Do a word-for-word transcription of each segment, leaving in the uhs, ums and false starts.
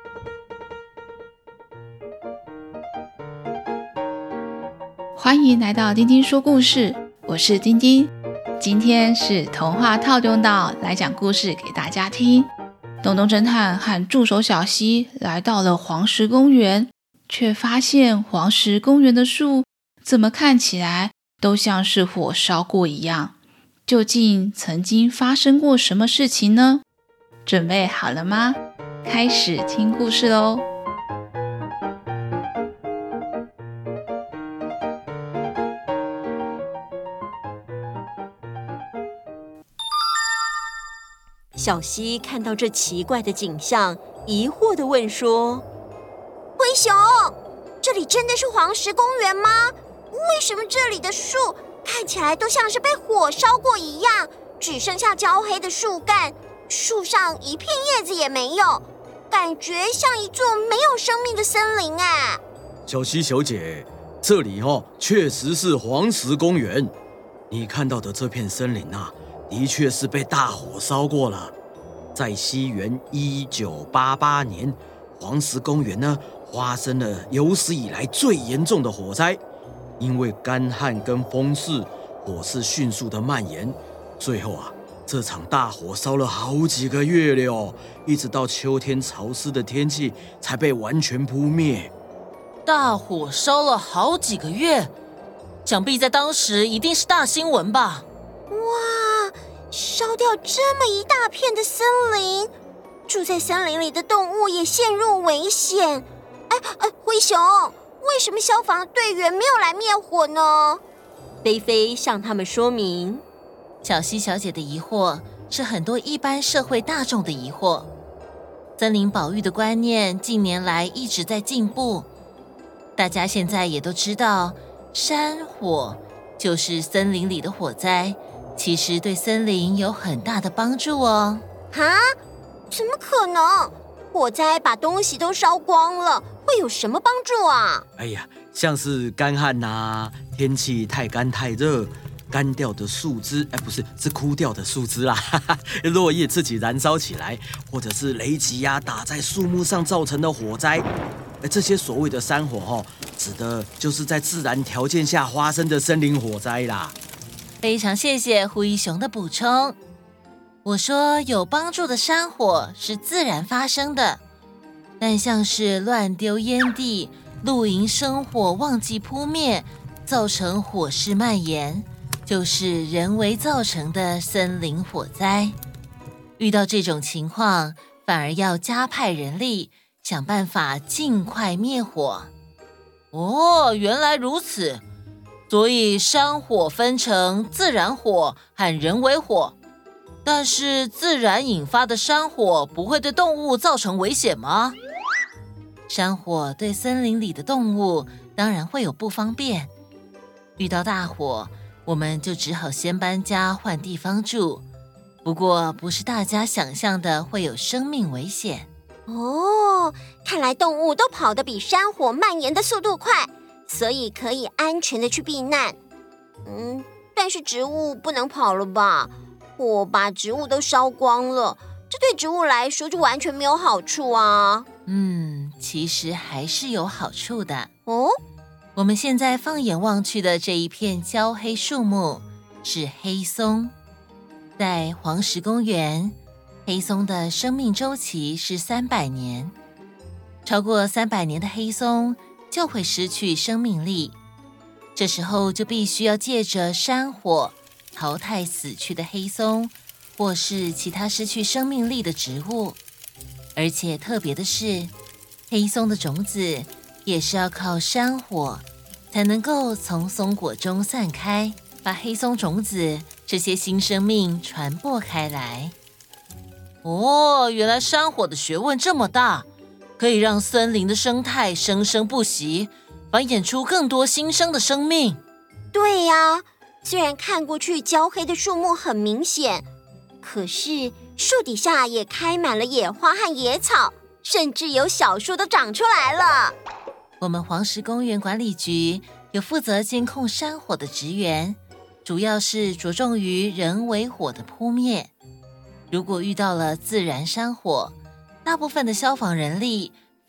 欢迎来到丁丁说故事，我是丁丁。今天是童话套用岛来讲故事给大家听。东东侦探和助手小西来到了黄石公园，却发现黄石公园的树怎么看起来都像是火烧过一样。究竟曾经发生过什么事情呢？准备好了吗？开始听故事喽！ 小西看到这奇怪的景象，疑惑地问说：灰熊，这里真的是黄石公园吗？为什么这里的树看起来都像是被火烧过一样，只剩下焦黑的树干，树上一片叶子也没有，感觉像一座没有生命的森林啊！ 小西小姐，这里哦确实是黄石公园，你看到的这片森林啊，的确是被大火烧过了。在西元一九八八年，黄石公园呢发生了有史以来最严重的火灾。因为干旱跟风势，火势迅速的蔓延，最后啊，这场大火烧了好几个月了哦，一直到秋天潮湿的天气才被完全扑灭。 大火烧了好几个月，想必在当时一定是大新闻吧？ 哇，烧掉这么一大片的森林，住在森林里的动物也陷入危险。哎哎，灰熊，为什么消防队员没有来灭火呢？菲菲向他们说明。 小西小姐的疑惑是很多一般社会大众的疑惑。森林保育的观念近年来一直在进步，大家现在也都知道，山火就是森林里的火灾，其实对森林有很大的帮助哦。 哈？怎么可能？火灾把东西都烧光了，会有什么帮助啊？ 哎呀，像是干旱啊，天气太干太热，干掉的树枝，哎，不是，是枯掉的树枝啦，落叶自己燃烧起来，或者是雷击啊打在树木上造成的火灾。这些所谓的山火哦，指的就是在自然条件下发生的森林火灾啦。 非常谢谢胡一雄的补充。我说有帮助的山火是自然发生的，但像是乱丢烟蒂、露营生火忘记扑灭，造成火势蔓延，就是人为造成的森林火灾。遇到这种情况，反而要加派人力，想办法尽快灭火。哦，原来如此，所以山火分成自然火和人为火。但是自然引发的山火不会对动物造成危险吗？山火对森林里的动物当然会有不方便。遇到大火，我们就只好先搬家换地方住。不过不是大家想象的会有生命危险。 哦，看来动物都跑得比山火蔓延的速度快，所以可以安全的去避难。嗯，但是植物不能跑了吧？火把植物都烧光了，这对植物来说就完全没有好处啊。 嗯，其实还是有好处的。 哦， 我们现在放眼望去的这一片焦黑树木是黑松。在黄石公园，黑松的生命周期是三百年，超过三百年的黑松就会失去生命力，这时候就必须要借着山火淘汰死去的黑松，或是其他失去生命力的植物。而且特别的是，黑松的种子也是要靠山火才能够从松果中散开，把黑松种子这些新生命传播开来。哦，原来山火的学问这么大，可以让森林的生态生生不息，繁衍出更多新生的生命。 对呀，虽然看过去焦黑的树木很明显，可是树底下也开满了野花和野草，甚至有小树都长出来了。 我们黄石公园管理局有负责监控山火的职员，主要是着重于人为火的扑灭。如果遇到了自然山火，大部分的消防人力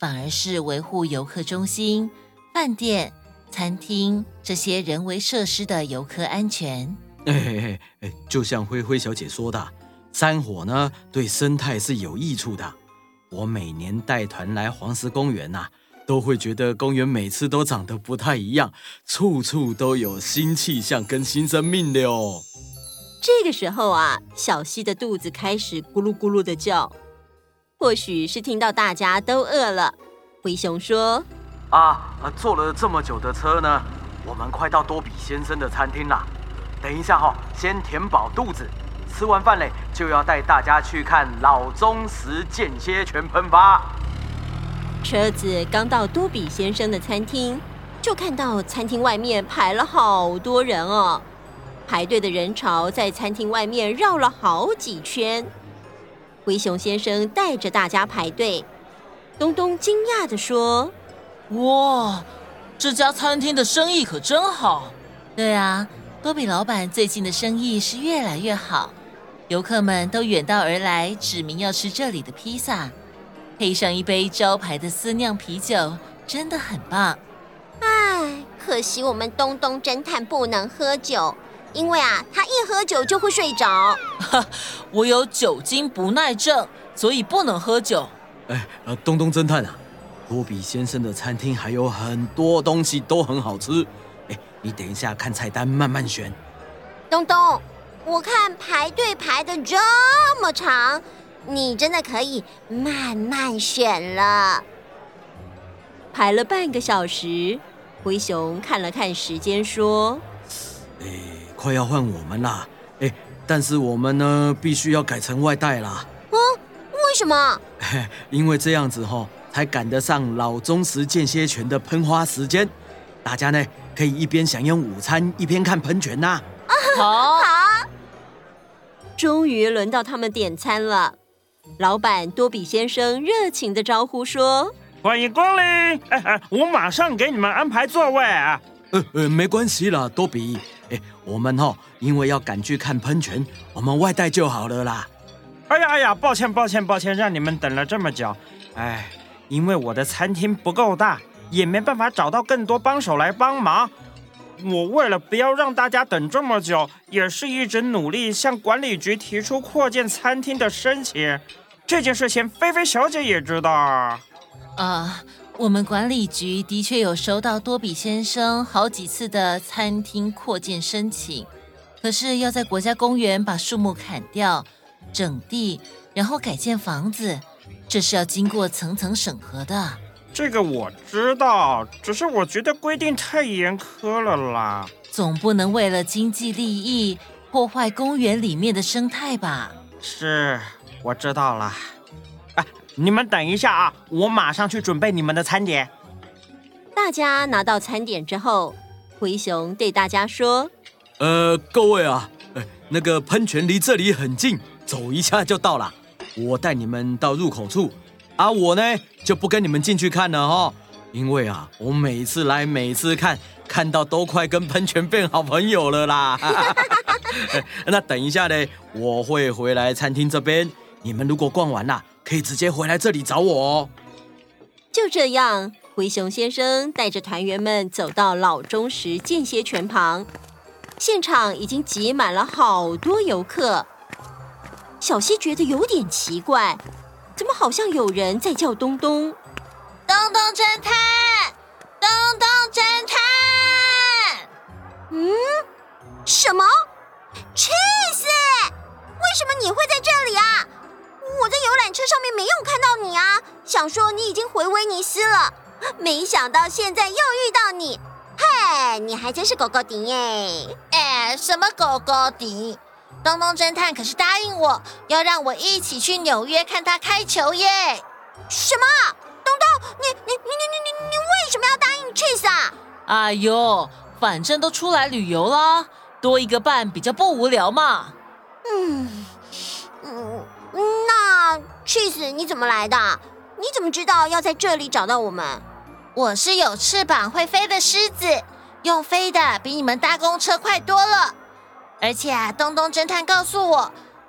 反而是维护游客中心、饭店、餐厅这些人为设施的游客安全。 哎哎哎，就像灰灰小姐说的，山火呢对生态是有益处的。我每年带团来黄石公园啊，都会觉得公园每次都长得不太一样，处处都有新气象跟新生命的哦。 这个时候啊，小溪的肚子开始咕噜咕噜的叫，或许是听到大家都饿了。灰熊说： 啊，坐了这么久的车呢，我们快到多比先生的餐厅啦。等一下哈、哦，先填饱肚子，吃完饭嘞，就要带大家去看老钟石间歇泉喷发。 车子刚到多比先生的餐厅，就看到餐厅外面排了好多人哦。排队的人潮在餐厅外面绕了好几圈。灰熊先生带着大家排队。东东惊讶地说： 哇，这家餐厅的生意可真好。对啊，多比老板最近的生意是越来越好，游客们都远道而来，指明要吃这里的披萨，配上一杯招牌的私酿啤酒，真的很棒。 唉，可惜我们东东侦探不能喝酒，因为啊，他一喝酒就会睡着。 我有酒精不耐症，所以不能喝酒。 哎，呃，东东侦探啊，多比先生的餐厅还有很多东西都很好吃。哎，你等一下看菜单，慢慢选。 东东，我看排队排得这么长，你真的可以慢慢选了。排了半个小时，灰熊看了看时间，说： 哎，快要换我们啦！哎，但是我们呢，必须要改成外带啦。 嗯，为什么？ 因为这样子哈、哦，才赶得上老钟石间歇泉的喷花时间。大家呢，可以一边享用午餐，一边看喷泉呐、 啊。 好， 好。终于轮到他们点餐了。老板多比先生热情地招呼说： 欢迎光临！哎哎，我马上给你们安排座位啊。 呃呃，没关系啦，多比。哎，我们哈、哦，因为要赶去看喷泉，我们外带就好了啦。 哎呀哎呀，抱歉抱歉抱歉，让你们等了这么久。哎，因为我的餐厅不够大，也没办法找到更多帮手来帮忙。我为了不要让大家等这么久，也是一直努力向管理局提出扩建餐厅的申请。这件事情，菲菲小姐也知道。 啊、呃，我们管理局的确有收到多比先生好几次的餐厅扩建申请，可是要在国家公园把树木砍掉、整地，然后改建房子，这是要经过层层审核的。 这个我知道，只是我觉得规定太严苛了啦。 总不能为了经济利益破坏公园里面的生态吧？ 是，我知道了。哎，你们等一下啊，我马上去准备你们的餐点。 大家拿到餐点之后，灰熊对大家说： 呃，各位啊，呃，那个喷泉离这里很近，走一下就到了。我带你们到入口处。啊，我呢就不跟你们进去看了哦，因为啊，我每次来每次看，看到都快跟喷泉变好朋友了啦。那等一下呢，我会回来餐厅这边，你们如果逛完了，可以直接回来这里找我哦。 就这样，灰熊先生带着团员们走到老钟石间歇泉旁，现场已经挤满了好多游客。小溪觉得有点奇怪，怎么好像有人在叫东东？ 东东侦探，东东侦探！ 嗯，什么 ？Cheese， 为什么你会在这里啊？我在游览车上面没有看到你啊，想说你已经回威尼斯了，没想到现在又遇到你。嘿，你还真是狗狗迪耶！ 哎，什么狗狗迪？东东侦探可是答应我要让我一起去纽约看他开球耶！ 什么？东东，你你你你你你为什么要答应 Cheese 啊？ 哎呦，反正都出来旅游了，多一个伴比较不无聊嘛。 嗯嗯，那 Cheese 你怎么来的？你怎么知道要在这里找到我们？ 我是有翅膀会飞的狮子，用飞的比你们搭公车快多了。而且啊，东东侦探告诉我，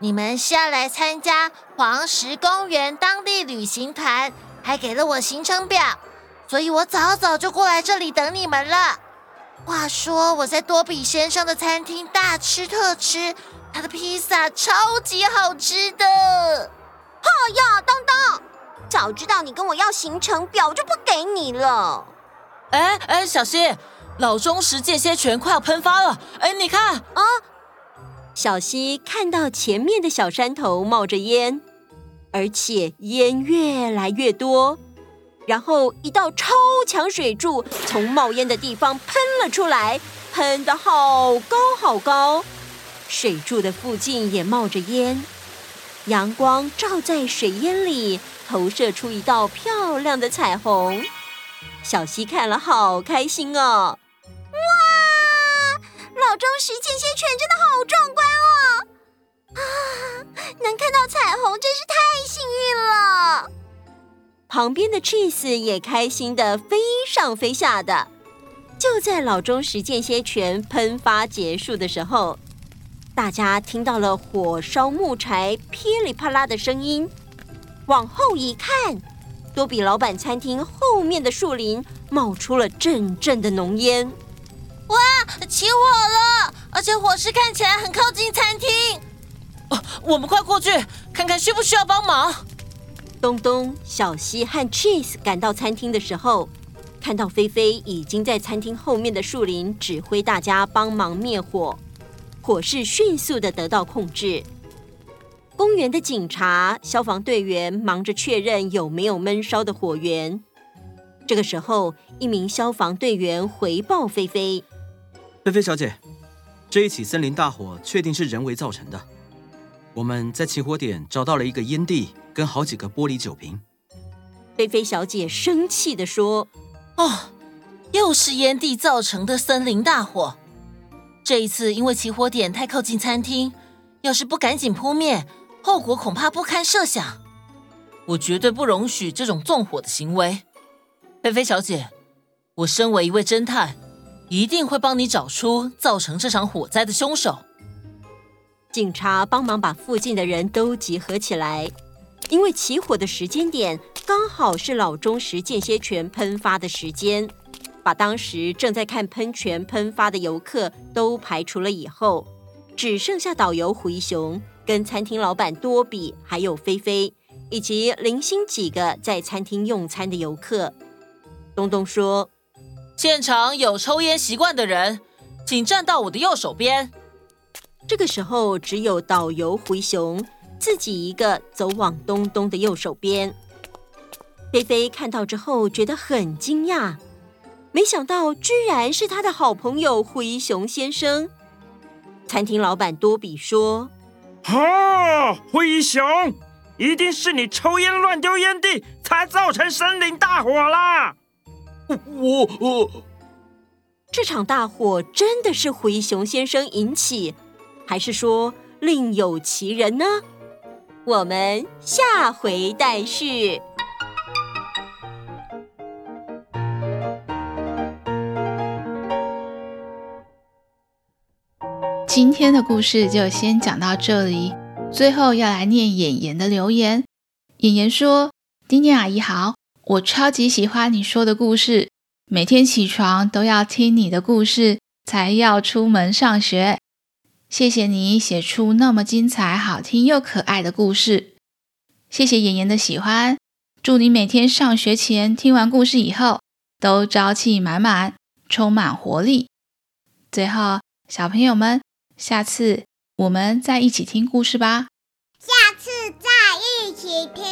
你们是要来参加黄石公园当地旅行团，还给了我行程表，所以我早早就过来这里等你们了。话说我在多比先生的餐厅大吃特吃，他的披萨超级好吃的。 好呀，当当，早知道你跟我要行程表就不给你了。 哎哎，小希，老中石间歇泉快要喷发了，哎，你看啊！小希看到前面的小山头冒着烟，而且烟越来越多，然后一道超强水柱从冒烟的地方喷了出来，喷得好高好高，水柱的附近也冒着烟，阳光照在水烟里，投射出一道漂亮的彩虹。小希看了好开心哦！哇，老中石间歇泉真的好壮观哦！啊，能看到彩虹真是太幸运了。旁边的 Cheese 也开心的飞上飞下的。就在老中石间歇泉喷发结束的时候，大家听到了火烧木柴噼里啪啦的声音，往后一看，多比老板餐厅后面的树林冒出了阵阵的浓烟。 哇，起火了，而且火势看起来很靠近餐厅。 哦，我们快过去看看需不需要帮忙。 东东、小希和 Cheese 赶到餐厅的时候，看到菲菲已经在餐厅后面的树林指挥大家帮忙灭火，火势迅速地得到控制。公园的警察、消防队员忙着确认有没有闷烧的火源。这个时候，一名消防队员回报菲菲： 菲菲小姐，这一起森林大火确定是人为造成的。我们在起火点找到了一个烟蒂跟好几个玻璃酒瓶。 菲菲小姐生气地说： 哦，又是烟蒂造成的森林大火。这一次因为起火点太靠近餐厅，要是不赶紧扑灭，后果恐怕不堪设想。我绝对不容许这种纵火的行为。菲菲小姐，我身为一位侦探，一定会帮你找出造成这场火灾的凶手。 警察帮忙把附近的人都集合起来，因为起火的时间点刚好是老中石间歇泉喷发的时间，把当时正在看喷泉喷发的游客都排除了以后，只剩下导游胡一雄跟餐厅老板多比还有菲菲以及零星几个在餐厅用餐的游客。东东说： 现场有抽烟习惯的人，请站到我的右手边。 这个时候只有导游胡一雄自己一个走往东东的右手边。菲菲看到之后觉得很惊讶，没想到居然是他的好朋友胡一雄先生。餐厅老板多比说： 哦，胡一雄，一定是你抽烟乱丢烟蒂才造成森林大火啦。 我我这场大火真的是胡一雄先生引起，还是说另有其人呢？我们下回待续。 今天的故事就先讲到这里，最后要来念妍妍的留言。妍妍说：丁丁阿姨好，我超级喜欢你说的故事，每天起床都要听你的故事，才要出门上学。谢谢你写出那么精彩、好听又可爱的故事。谢谢妍妍的喜欢，祝你每天上学前听完故事以后，都朝气满满，充满活力。最后，小朋友们，下次我们再一起听故事吧。 下次再一起听。